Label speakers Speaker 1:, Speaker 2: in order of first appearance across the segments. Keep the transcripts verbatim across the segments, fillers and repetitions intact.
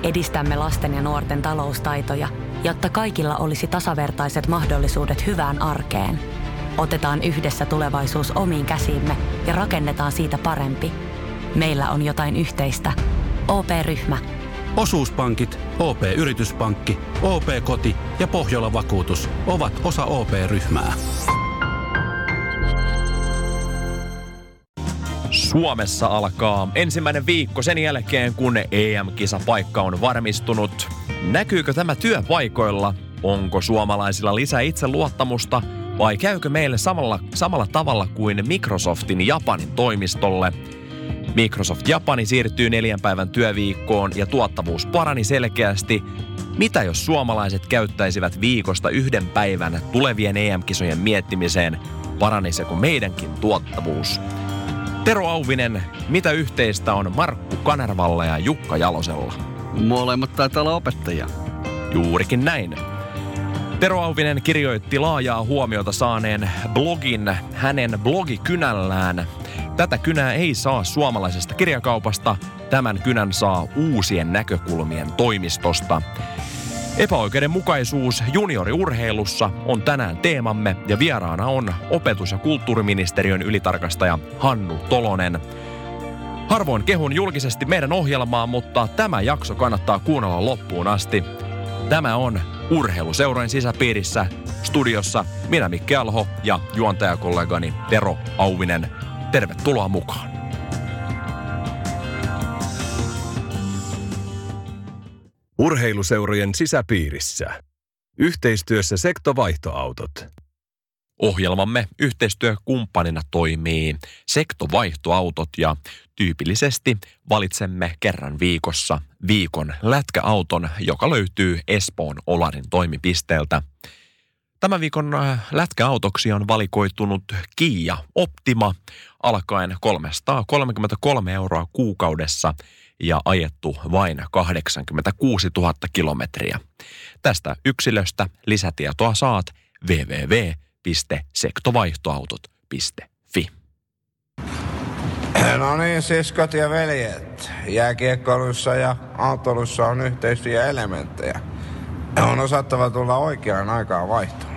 Speaker 1: Edistämme lasten ja nuorten taloustaitoja, jotta kaikilla olisi tasavertaiset mahdollisuudet hyvään arkeen. Otetaan yhdessä tulevaisuus omiin käsiimme ja rakennetaan siitä parempi. Meillä on jotain yhteistä. O P-ryhmä.
Speaker 2: Osuuspankit, O P-yrityspankki, O P-koti ja Pohjola-vakuutus ovat osa O P-ryhmää.
Speaker 3: Suomessa alkaa ensimmäinen viikko sen jälkeen, kun E M-kisapaikka on varmistunut. Näkyykö tämä työpaikoilla? Onko suomalaisilla lisää itseluottamusta? Vai käykö meille samalla, samalla tavalla kuin Microsoftin Japanin toimistolle? Microsoft Japani siirtyy neljän päivän työviikkoon ja tuottavuus parani selkeästi. Mitä jos suomalaiset käyttäisivät viikosta yhden päivän tulevien E M-kisojen miettimiseen? Paranisiko meidänkin tuottavuus? Tero Auvinen, mitä yhteistä on Markku Kanervalla ja Jukka Jalosella?
Speaker 4: Molemmat taitaa olla opettajia.
Speaker 3: Juurikin näin. Tero Auvinen kirjoitti laajaa huomiota saaneen blogin hänen blogikynällään. Tätä kynää ei saa suomalaisesta kirjakaupasta. Tämän kynän saa uusien näkökulmien toimistosta. Epäoikeudenmukaisuus junioriurheilussa on tänään teemamme ja vieraana on opetus- ja kulttuuriministeriön ylitarkastaja Hannu Tolonen. Harvoin kehun julkisesti meidän ohjelmaa, mutta tämä jakso kannattaa kuunnella loppuun asti. Tämä on Urheiluseurojen sisäpiirissä studiossa minä Mikki Alho ja juontajakollegani Tero Auvinen. Tervetuloa mukaan.
Speaker 5: Urheiluseurojen sisäpiirissä. Yhteistyössä Sektovaihtoautot.
Speaker 3: Ohjelmamme yhteistyökumppanina toimii Sektovaihtoautot ja tyypillisesti valitsemme kerran viikossa viikon lätkäauton, joka löytyy Espoon Olarin toimipisteeltä. Tämän viikon lätkäautoksi on valikoitunut Kia Optima alkaen kolmesataakolmekymmentäkolme euroa kuukaudessa ja ajettu vain kahdeksankymmentäkuusituhatta kilometriä. Tästä yksilöstä lisätietoa saat double-u double-u double-u piste sektovaihtoautot piste fi.
Speaker 6: No niin, siskot ja veljet. Jääkiekkoilussa ja autoilussa on yhteistyöelementtejä. On osattava tulla oikeaan aikaan vaihtoon.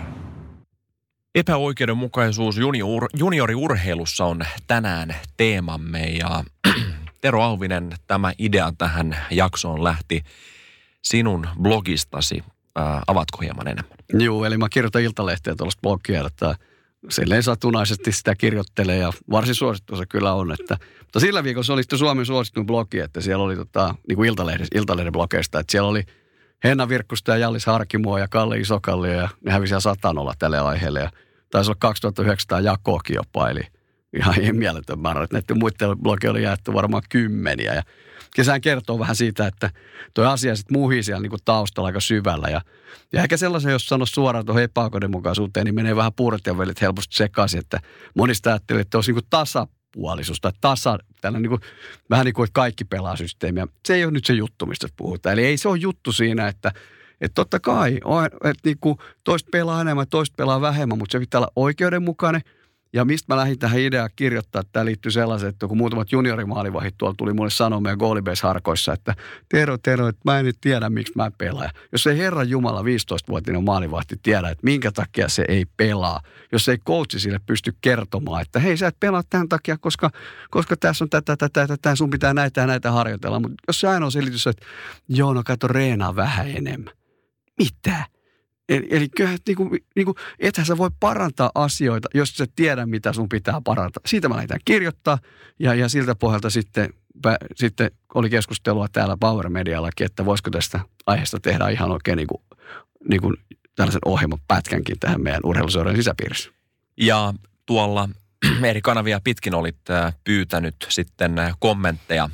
Speaker 3: Epäoikeudenmukaisuus junior, junioriurheilussa on tänään teemamme ja Tero Auvinen, tämä idea tähän jaksoon lähti sinun blogistasi. Ää, avatko hieman enemmän?
Speaker 4: Joo, eli mä kirjoitan Iltalehteen tuollaista blogia, että silleen satunnaisesti sitä kirjoittelee ja varsin suosittu se kyllä on. Että, mutta sillä viikolla se oli sitten Suomen suosituin blogi, että siellä oli tota, niin kuin Iltalehden, Iltalehden blogeista, että siellä oli Henna Virkkusta ja Jallis Harkimoa ja Kalle Isokalli ja ne hävisi ihan satanolla tälle aiheelle ja taisi olla kaksituhattayhdeksänsataa jakoakin jopa, eli ihan mieletön määrä, että näiden muiden blogeja oli jaettu varmaan kymmeniä ja kesään kertoo vähän siitä, että tuo asia sitten muhii siellä niin kuin taustalla aika syvällä. Ja, ja ehkä sellaisen, jos sanoisi suoraan tuohon epäoikeudenmukaisuuteen, niin menee vähän puurot ja velit helposti sekaisin, että monista ajattelee, että olisi niin kuin tasapuolisuus tai tasa, tällainen niin kuin, vähän niin kuin, että kaikki pelaa systeemiä. Se ei ole nyt se juttu, mistä puhutaan. Eli ei se ole juttu siinä, että, että totta kai, että niin kuin toista pelaa enemmän, toista pelaa vähemmän, mutta se pitää olla oikeudenmukainen. Ja mistä mä lähdin tähän ideaan kirjoittaa, että tämä liittyy sellaiseen, että kun muutamat juniorimaalivahit tuolla tuli mulle sanoa meidän goalibase-harkoissa, että Tero, Tero, että mä en nyt tiedä, miksi mä en pelaa. Jos ei Herran Jumala viisitoistavuotinen maalivahti tiedä, että minkä takia se ei pelaa, jos ei coachi sille pysty kertomaan, että hei, sä et pelaa tämän takia, koska, koska tässä on tätä, tätä, tätä, sun pitää näitä ja näitä harjoitella. Mutta jos se ainoa selitys on, että joo, no kato, reenaa vähän enemmän. Mitä? Eli, eli kyllähän, niin kuin, niin kuin, ethän sä voi parantaa asioita, jos sä tiedä, mitä sun pitää parantaa. Siitä mä lähdetään kirjoittaa ja, ja siltä pohjalta sitten, pä, sitten oli keskustelua täällä Power Mediallakin, että voisiko tästä aiheesta tehdä ihan oikein niin kuin, niin kuin tällaisen ohjelman pätkänkin tähän meidän urheiluseurojen sisäpiirissä.
Speaker 3: Ja tuolla eri kanavia pitkin olit pyytänyt sitten kommentteja.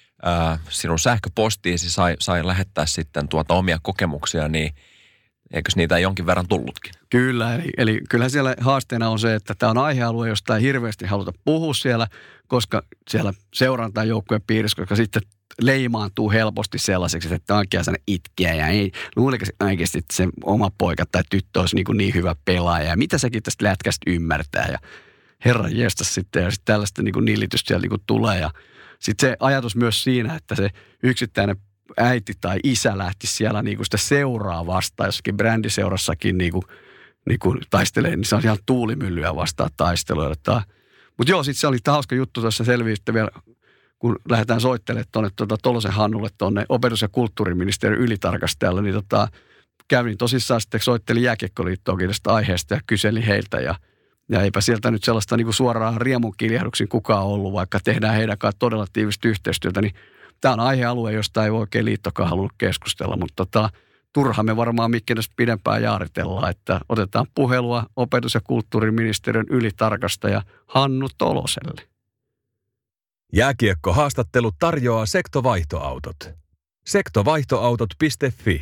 Speaker 3: Sinun sähköpostiisi sai, sai lähettää sitten tuota omia kokemuksia, niin eikös niitä jonkin verran tullutkin?
Speaker 4: Kyllä, eli, eli kyllähän siellä haasteena on se, että tämä on aihealue, josta ei hirveästi haluta puhua siellä, koska siellä seurantaa joukkueen piirissä, koska sitten leimaantuu helposti sellaiseksi, että on oikein sellainen itkeä ja ei luuliko oikeasti, että se oma poika tai tyttö olisi niin, kuin niin hyvä pelaaja ja mitä sekin tästä lätkästä ymmärtää ja herran jestas sitten ja sitten tällaista niin kuin nillitystä siellä niin kuin tulee ja sitten se ajatus myös siinä, että se yksittäinen äiti tai isä lähti siellä niin kuin sitä seuraa vastaan, jossakin brändiseurassakin niin kuin, niin kuin taistelee, niin se on ihan tuulimyllyä vastaan taisteluja. Mutta joo, sitten se oli hauska juttu tuossa selviä vielä, kun lähdetään soittelemaan tuonne tuota, Tolosen Hannulle tuonne opetus- ja kulttuuriministeriön ylitarkastajalle, niin tota, kävin tosissaan sitten, soittelin Jääkiekkoliittoonkin tästä aiheesta ja kyselin heiltä ja Ja eipä sieltä nyt sellaista niin kuin suoraan riemun kiljahduksin kukaan ollut, vaikka tehdään heidän kanssa todella tiivistä yhteistyötä. Niin tämä on aihealue, josta ei oikein liittokaan halunnut keskustella, mutta tota, turha me varmaan mikkinnässä pidempään jaaritellaan, että otetaan puhelua opetus- ja kulttuuriministeriön ylitarkastaja Hannu Toloselle.
Speaker 5: Jääkiekko-haastattelu tarjoaa sektovaihtoautot. sektovaihtoautot piste fi.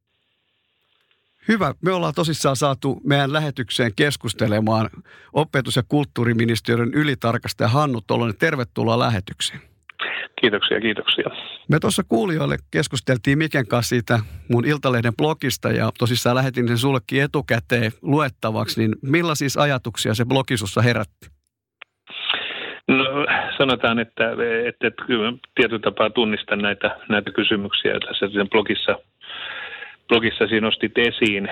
Speaker 4: Hyvä. Me ollaan tosissaan saatu meidän lähetykseen keskustelemaan opetus- ja kulttuuriministeriön ylitarkastaja Hannu Tolonen. Tervetuloa lähetykseen.
Speaker 7: Kiitoksia, kiitoksia.
Speaker 4: Me tuossa kuulijoille keskusteltiin Miken kanssa siitä mun Iltalehden blogista ja tosissaan lähetin sen sullekin etukäteen luettavaksi. Niin millaisia ajatuksia se blogi sussa herätti?
Speaker 7: No sanotaan, että, että, että tietyllä tapaa tunnistan näitä, näitä kysymyksiä, joita sen blogissa Blogissasi nostit esiin.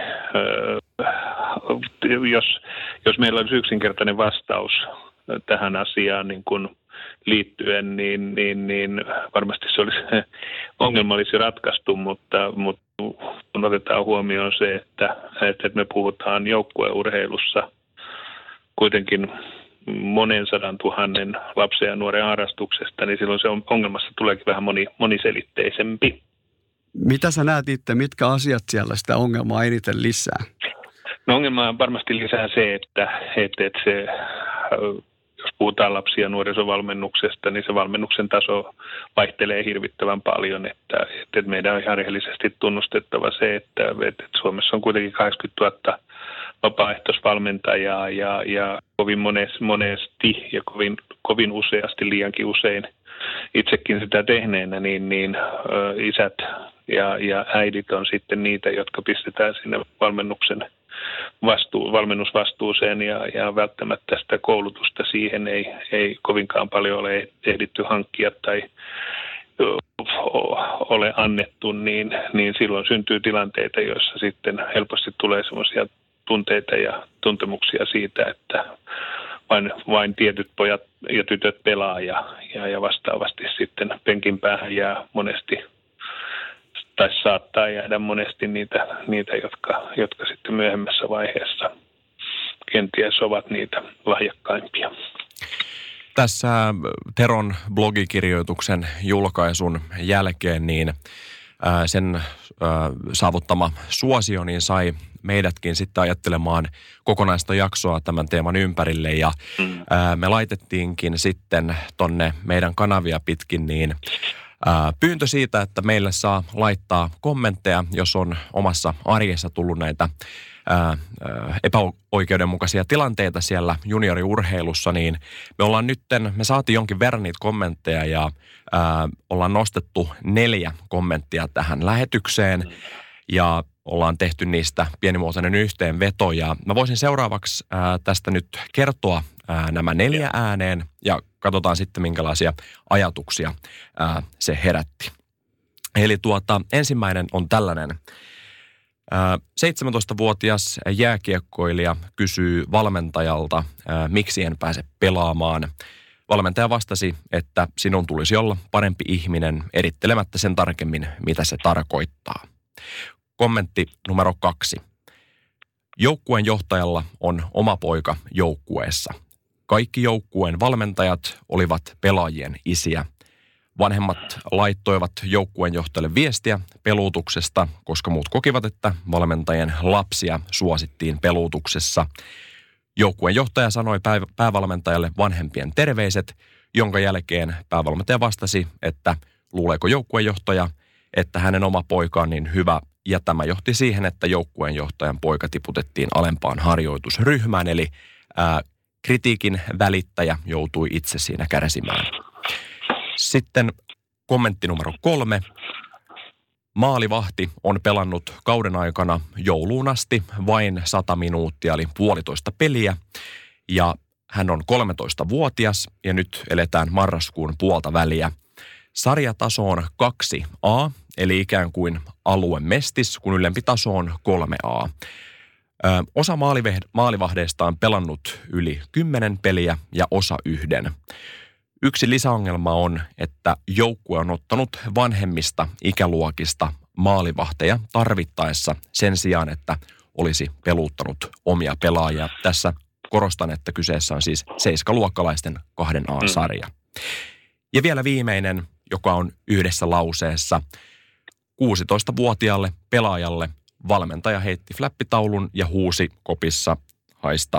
Speaker 7: Jos, jos meillä olisi yksinkertainen vastaus tähän asiaan niin kuin liittyen, niin, niin, niin varmasti se olisi, ongelma olisi ratkaistu, mutta, mutta kun otetaan huomioon se, että, että me puhutaan joukkueurheilussa kuitenkin monen sadan tuhannen lapsen ja nuoren harrastuksesta, niin silloin se ongelmassa tuleekin vähän moni, moniselitteisempi.
Speaker 4: Mitä sä näet itse, mitkä asiat siellä sitä ongelmaa eniten lisää?
Speaker 7: No ongelmaa varmasti lisää se, että, että, että se, jos puhutaan lapsi- ja nuorisovalmennuksesta, niin se valmennuksen taso vaihtelee hirvittävän paljon. Että, että meidän on ihan rehellisesti tunnustettava se, että, että Suomessa on kuitenkin kahdeksankymmentätuhatta vapaaehtoisvalmentajaa ja, ja kovin monesti ja kovin, kovin useasti, liiankin usein itsekin sitä tehneenä, niin, niin ö, isät ja, ja äidit on sitten niitä, jotka pistetään sinne valmennuksen vastuu, valmennusvastuuseen ja, ja välttämättä sitä koulutusta siihen ei, ei kovinkaan paljon ole ehditty hankkia tai ole annettu, niin, niin silloin syntyy tilanteita, joissa sitten helposti tulee semmoisia tunteita ja tuntemuksia siitä, että vain, vain tietyt pojat ja tytöt pelaa ja, ja, ja vastaavasti sitten penkin päähän jää monesti, tai saattaa jäädä monesti niitä, niitä jotka, jotka sitten myöhemmässä vaiheessa kenties ovat niitä lahjakkaimpia.
Speaker 3: Tässä Teron blogikirjoituksen julkaisun jälkeen niin sen saavuttama suosio niin sai meidätkin sitten ajattelemaan kokonaista jaksoa tämän teeman ympärille ja mm. me laitettiinkin sitten tonne meidän kanavia pitkin niin pyyntö siitä, että meille saa laittaa kommentteja, jos on omassa arjessa tullut näitä ää, epäoikeudenmukaisia tilanteita siellä junioriurheilussa, niin me ollaan nytten, me saatiin jonkin verran niitä kommentteja ja ää, ollaan nostettu neljä kommenttia tähän lähetykseen ja ollaan tehty niistä pienimuotoinen yhteenveto ja mä voisin seuraavaksi ää, tästä nyt kertoa ää, nämä neljä ääneen ja katsotaan sitten minkälaisia ajatuksia ää, se herätti. Eli tuota, ensimmäinen on tällainen. Ää, seitsemäntoistavuotias jääkiekkoilija kysyy valmentajalta, ää, miksi en pääse pelaamaan. Valmentaja vastasi, että sinun tulisi olla parempi ihminen erittelemättä sen tarkemmin, mitä se tarkoittaa. Kommentti numero kaksi. Joukkueen johtajalla on oma poika joukkueessa. Kaikki joukkueen valmentajat olivat pelaajien isiä. Vanhemmat laittoivat joukkueen johtajalle viestiä peluutuksesta, koska muut kokivat, että valmentajien lapsia suosittiin peluutuksessa. Joukkueen johtaja sanoi päävalmentajalle vanhempien terveiset, jonka jälkeen päävalmentaja vastasi, että luuleeko joukkueen johtaja, että hänen oma poika on niin hyvä, ja tämä johti siihen, että joukkueen johtajan poika tiputettiin alempaan harjoitusryhmään, eli ää, kritiikin välittäjä joutui itse siinä kärsimään. Sitten kommentti numero kolme. Maalivahti on pelannut kauden aikana jouluun asti vain sata minuuttia, eli puolitoista peliä, ja hän on kolmetoistavuotias, ja nyt eletään marraskuun puolta väliä. Sarjataso on kaksi A, eli ikään kuin aluemestis, kun ylempi taso on kolme A. Ö, osa maalivahdeista on pelannut yli kymmenen peliä ja osa yhden. Yksi lisäongelma on, että joukkue on ottanut vanhemmista ikäluokista maalivahteja tarvittaessa sen sijaan, että olisi peluuttanut omia pelaajia. Tässä korostan, että kyseessä on siis seiskaluokkalaisten kahden A-sarja. Ja vielä viimeinen, joka on yhdessä lauseessa. kuusitoistavuotiaalle pelaajalle valmentaja heitti fläppitaulun ja huusi kopissa haista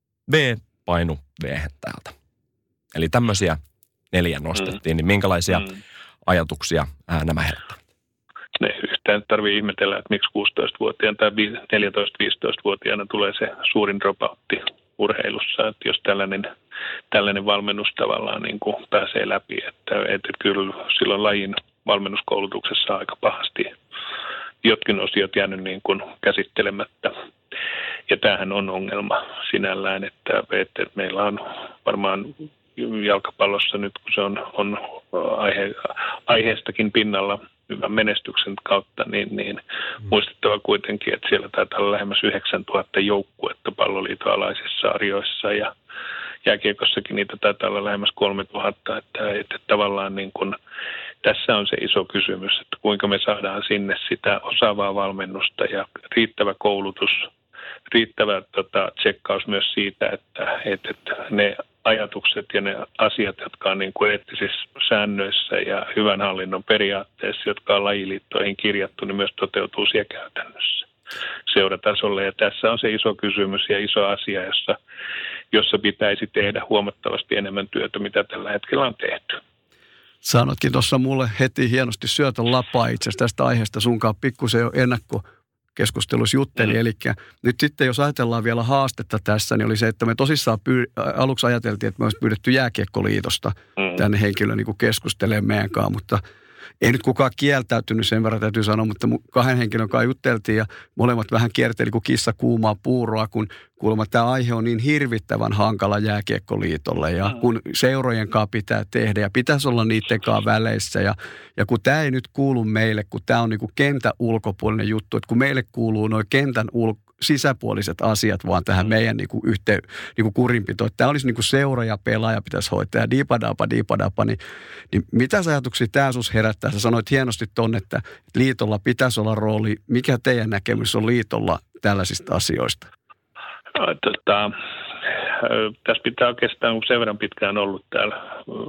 Speaker 3: V, painu V täältä. Eli tämmöisiä neljä nostettiin, niin minkälaisia mm. ajatuksia ää, nämä herättävät?
Speaker 7: Ne yhtään tarvii ihmetellä, että miksi kuusitoistavuotiaana tai neljätoista-viisitoistavuotiaana tulee se suurin dropoutti urheilussa, että jos tällainen, tällainen valmennus tavallaan niin kuin pääsee läpi, että, että kyllä silloin lajin valmennuskoulutuksessa aika pahasti jotkin osiot jäänyt niin kuin käsittelemättä. Ja tämähän on ongelma sinällään, että, että meillä on varmaan jalkapallossa nyt, kun se on, on aihe, aiheestakin pinnalla hyvän menestyksen kautta, niin, niin mm. muistettava kuitenkin, että siellä taitaa olla lähemmäs yhdeksäntuhatta joukkuetta palloliiton alaisissa sarjoissa ja jääkiekossakin niitä taitaa olla lähemmäs kolmetuhatta, että, että tavallaan niin kun, tässä on se iso kysymys, että kuinka me saadaan sinne sitä osaavaa valmennusta ja riittävä koulutus, riittävä tota, tsekkaus myös siitä, että, että, että ne ajatukset ja ne asiat, jotka on niin kuin eettisissä säännöissä ja hyvän hallinnon periaatteessa, jotka on lajiliittoihin kirjattu, niin myös toteutuu siellä käytännössä seuratasolla. Ja tässä on se iso kysymys ja iso asia, jossa, jossa pitäisi tehdä huomattavasti enemmän työtä, mitä tällä hetkellä on tehty.
Speaker 4: Sanotkin tuossa mulle heti hienosti syötön lapaa itse asiassa tästä aiheesta sunkaan pikkusen jo ennakko keskustelussa jutteli. Mm. Eli nyt sitten, jos ajatellaan vielä haastetta tässä, niin oli se, että me tosissaan pyy- aluksi ajateltiin, että me olisi pyydetty Jääkiekkoliitosta mm. tänne henkilö niin kuin keskustelemaan meidän kanssa, mutta ei nyt kukaan kieltäytynyt, sen verran täytyy sanoa, mutta kahden henkilön kanssa jutteltiin ja molemmat vähän kierteli kuin kissa kuumaa puuroa, kun kuulemma tämä aihe on niin hirvittävän hankala Jääkiekkoliitolle ja kun seurojen kanssa pitää tehdä ja pitäisi olla niiden kanssa väleissä ja, ja kun tämä ei nyt kuulu meille, kun tämä on niin kuin kentän ulkopuolinen juttu, että kun meille kuuluu noin kentän ulko sisäpuoliset asiat vaan tähän meidän niinku yhteen niinku kurinpitoon. Tämä olisi niinku seura ja pelaaja pitäisi hoitaa ja diipadapa, diipadapa. Niin, niin mitä ajatuksia tämä sinussa herättää? Sä sanoit hienosti tuonne, että liitolla pitäisi olla rooli. Mikä teidän näkemys on liitolla tällaisista asioista?
Speaker 7: No, tota, tässä pitää oikeastaan, kun sen verran pitkään ollut täällä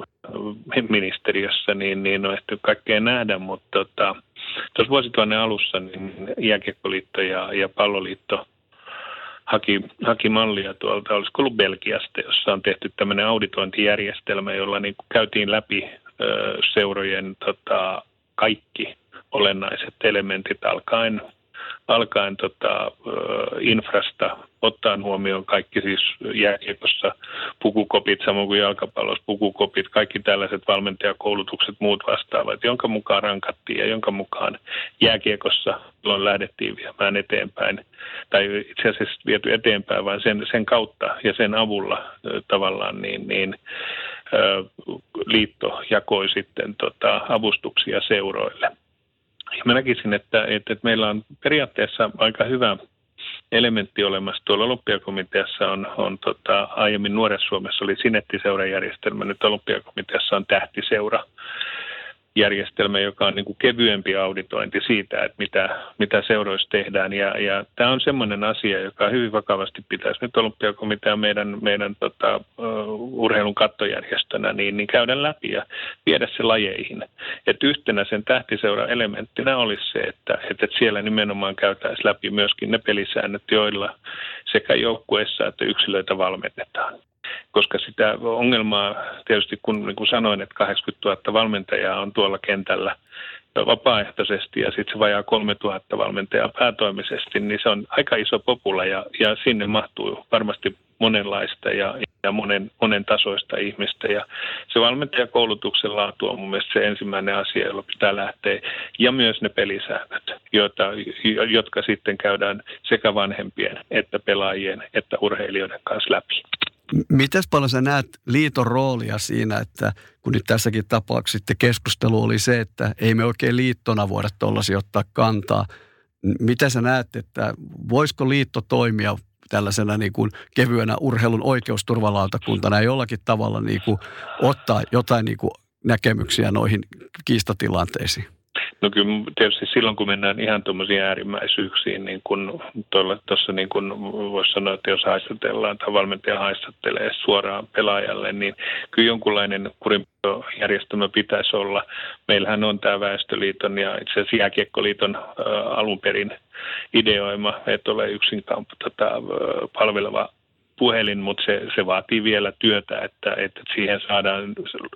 Speaker 7: ministeriössä, niin, niin on ehty kaikkea nähdä, mutta tota, tuossa vuosituhannen alussa niin Jääkiekkoliitto ja, ja Palloliitto haki, haki mallia tuolta, olisiko ollut Belgiasta, jossa on tehty tämmöinen auditointijärjestelmä, jolla niin käytiin läpi ö, seurojen tota, kaikki olennaiset elementit alkaen, alkaen tota, infrasta, ottaen huomioon kaikki siis jääkiekossa pukukopit, samoin kuin jalkapallossa pukukopit, kaikki tällaiset valmentajakoulutukset, muut vastaavat, jonka mukaan rankattiin ja jonka mukaan jääkiekossa silloin lähdettiin viemään eteenpäin, tai itse asiassa viety eteenpäin, vaan sen, sen kautta ja sen avulla tavallaan niin, niin liitto jakoi sitten tota, avustuksia seuroille. Ja mä näkisin, että, että meillä on periaatteessa aika hyvä elementti olemassa. Tuolla olympiakomiteassa on, on tota, aiemmin Nuoressa Suomessa oli sinettiseurajärjestelmä, nyt olympiakomiteassa on tähtiseura. Järjestelmä, joka on niin kuin kevyempi auditointi siitä, että mitä, mitä seuroissa tehdään. Ja, ja tämä on semmoinen asia, joka hyvin vakavasti pitäisi nyt olympiakomitea meidän, meidän tota, uh, urheilun kattojärjestönä niin, niin käydä läpi ja viedä se lajeihin. Että yhtenä sen tähtiseura-elementtinä olisi se, että, että siellä nimenomaan käytäisiin läpi myöskin ne pelisäännöt, joilla sekä joukkueessa että yksilöitä valmennetaan. Koska sitä ongelmaa tietysti, kun, niin kuin sanoin, että kahdeksankymmentätuhatta valmentajaa on tuolla kentällä vapaaehtoisesti ja sitten se vajaa kolmetuhatta valmentajaa päätoimisesti, niin se on aika iso popula ja, ja sinne mahtuu varmasti monenlaista ja, ja monen, monen tasoista ihmistä. Ja se valmentajakoulutuksen laatu on mun mielestä se ensimmäinen asia, jolla pitää lähteä. Ja myös ne pelisäännöt, joita, jotka sitten käydään sekä vanhempien että pelaajien että urheilijoiden kanssa läpi.
Speaker 4: Mites paljon sä näet liiton roolia siinä, että kun nyt tässäkin tapauksessa sitten keskustelu oli se, että ei me oikein liittona voida tuollaisia ottaa kantaa. Mitä sä näet, että voisiko liitto toimia tällaisena niin kuin kevyenä urheilun oikeusturvalautakuntana ja jollakin tavalla niin kuin ottaa jotain niin kuin näkemyksiä noihin kiistatilanteisiin?
Speaker 7: No kyllä tietysti silloin, kun mennään ihan tuommoisiin äärimmäisyyksiin, niin kun tuossa niin kun voisi sanoa, että jos haistatellaan tai valmentaja haistattelee suoraan pelaajalle, niin kyllä jonkunlainen kurinpidojärjestelmä pitäisi olla. Meillähän on tämä Väestöliiton ja itse asiassa Jääkiekkoliiton ä, alun perin ideoima, että ole yksin tota, palveleva puhelin, mutta se, se vaatii vielä työtä, että, että siihen saadaan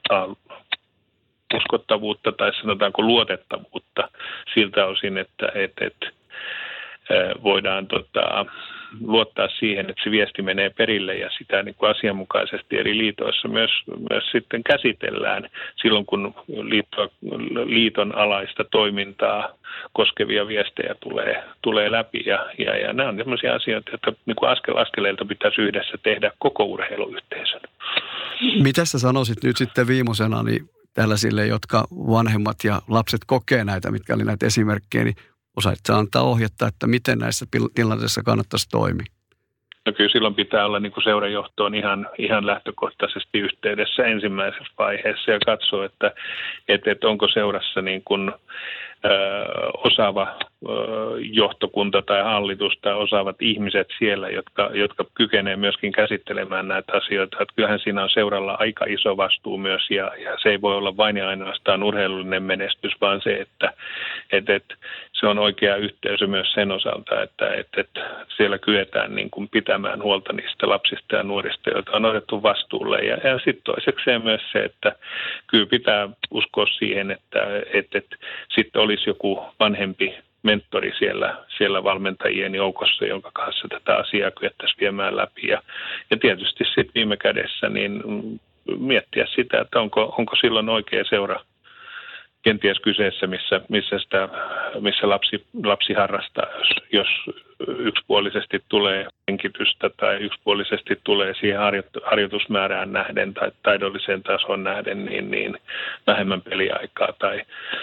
Speaker 7: uskottavuutta tai sanotaanko luotettavuutta siltä osin, että, että, että voidaan tota, luottaa siihen, että se viesti menee perille ja sitä niin kuin asianmukaisesti eri liitoissa myös, myös sitten käsitellään silloin, kun liitto, liiton alaista toimintaa koskevia viestejä tulee, tulee läpi. Ja, ja, ja nämä on sellaisia asioita, joita niin kuin askel askeleelta pitäisi yhdessä tehdä koko urheiluyhteisön.
Speaker 4: Mitä sä sanoisit nyt sitten viimeisena, niin tällaisille, jotka vanhemmat ja lapset kokee näitä, mitkä oli näitä esimerkkejä, niin osaatko antaa ohjetta, että miten näissä tilanteissa kannattaisi toimia?
Speaker 7: No kyllä silloin pitää olla niin kuin seurajohtoon ihan, ihan lähtökohtaisesti yhteydessä ensimmäisessä vaiheessa ja katsoa, että, että, että onko seurassa niin kuin, ö, osaava ö, johtokunta tai hallitus tai osaavat ihmiset siellä, jotka, jotka kykenevät myöskin käsittelemään näitä asioita. Että kyllähän siinä on seuralla aika iso vastuu myös ja, ja se ei voi olla vain ja ainoastaan urheilullinen menestys, vaan se, että, että, että se on oikea yhteisö myös sen osalta, että, että, että siellä kyetään niin kuin pitämään huolta niistä lapsista ja nuorista, joita on otettu vastuulle. Ja, ja sitten toisekseen myös se, että kyllä pitää uskoa siihen, että, että, että sitten olisi joku vanhempi mentori siellä, siellä valmentajien joukossa, jonka kanssa tätä asiaa kyettäisiin viemään läpi. Ja, ja tietysti sitten viime kädessä niin miettiä sitä, että onko, onko silloin oikea seura kenties kyseessä, missä, missä, sitä, missä lapsi, lapsi harrastaa, jos, jos yksipuolisesti tulee henkitystä tai yksipuolisesti tulee siihen harjoitusmäärään nähden tai taidolliseen tasoon nähden, niin, niin vähemmän peliaikaa tai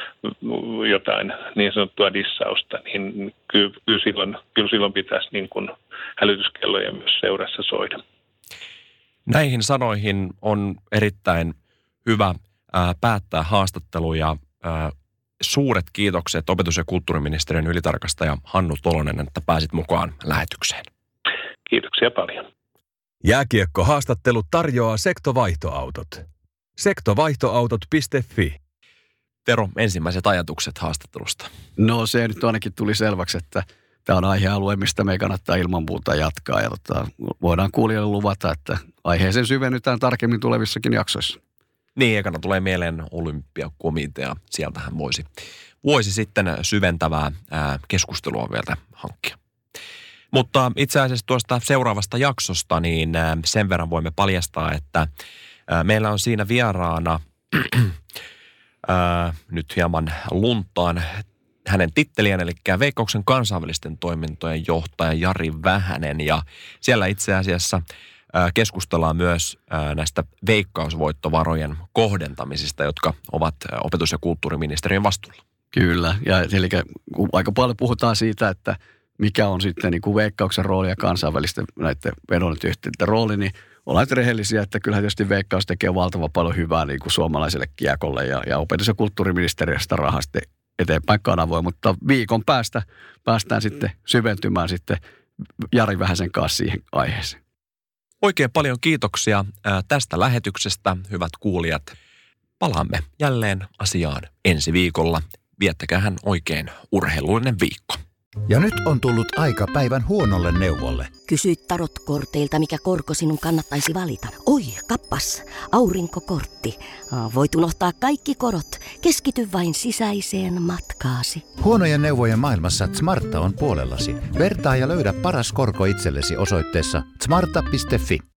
Speaker 7: jotain niin sanottua dissausta, niin kyllä, kyllä, silloin, kyllä silloin pitäisi niin kuin hälytyskelloja myös seurassa soida.
Speaker 3: Näihin sanoihin on erittäin hyvä ää, päättää haastattelu ja ää, suuret kiitokset opetus- ja kulttuuriministeriön ylitarkastaja Hannu Tolonen, että pääsit mukaan lähetykseen.
Speaker 7: Kiitoksia paljon.
Speaker 5: Jääkiekko-haastattelu tarjoaa Sektovaihtoautot. sektovaihtoautot piste fi.
Speaker 3: Tero, ensimmäiset ajatukset haastattelusta.
Speaker 4: No se nyt ainakin tuli selväksi, että tämä on aihealue, mistä me kannattaa ilman muuta jatkaa. Ja tota, voidaan kuulijoille luvata, että aiheeseen syvennytään tarkemmin tulevissakin jaksoissa.
Speaker 3: Niin, ekana tulee mieleen olympiakomitea. Sieltähän voisi, voisi sitten syventävää ää, keskustelua vielä hankkia. Mutta itse asiassa tuosta seuraavasta jaksosta, niin ää, sen verran voimme paljastaa, että ää, meillä on siinä vieraana, ää, nyt hieman luntaan hänen titteliään, eli Veikkauksen kansainvälisten toimintojen johtaja Jari Vähänen. Ja siellä itse asiassa keskustellaan myös näistä veikkausvoittovarojen kohdentamisista, jotka ovat opetus- ja kulttuuriministeriön vastuulla.
Speaker 4: Kyllä, ja eli aika paljon puhutaan siitä, että mikä on sitten niin kuin Veikkauksen rooli ja kansainvälisten näiden vedonlyöntiyhtiöiden rooli, niin ollaan rehellisiä, että kyllähän tietysti Veikkaus tekee valtavan paljon hyvää niin kuin suomalaiselle kiekolle ja, ja opetus- ja kulttuuriministeriöstä rahaa sitten eteenpäin kanavoi, mutta viikon päästä päästään sitten syventymään sitten Jari Vähäsen kanssa siihen aiheeseen.
Speaker 3: Oikein paljon kiitoksia tästä lähetyksestä, hyvät kuulijat. Palaamme jälleen asiaan ensi viikolla. Viettäkäähän oikein urheilullinen viikko.
Speaker 8: Ja nyt on tullut aika päivän huonolle neuvolle.
Speaker 9: Kysy tarotkorteilta, mikä korko sinun kannattaisi valita. Oi, kappas, aurinkokortti. Voit unohtaa kaikki korot. Keskity vain sisäiseen matkaasi.
Speaker 8: Huonojen neuvojen maailmassa Smarta on puolellasi. Vertaa ja löydä paras korko itsellesi osoitteessa smarta piste fi.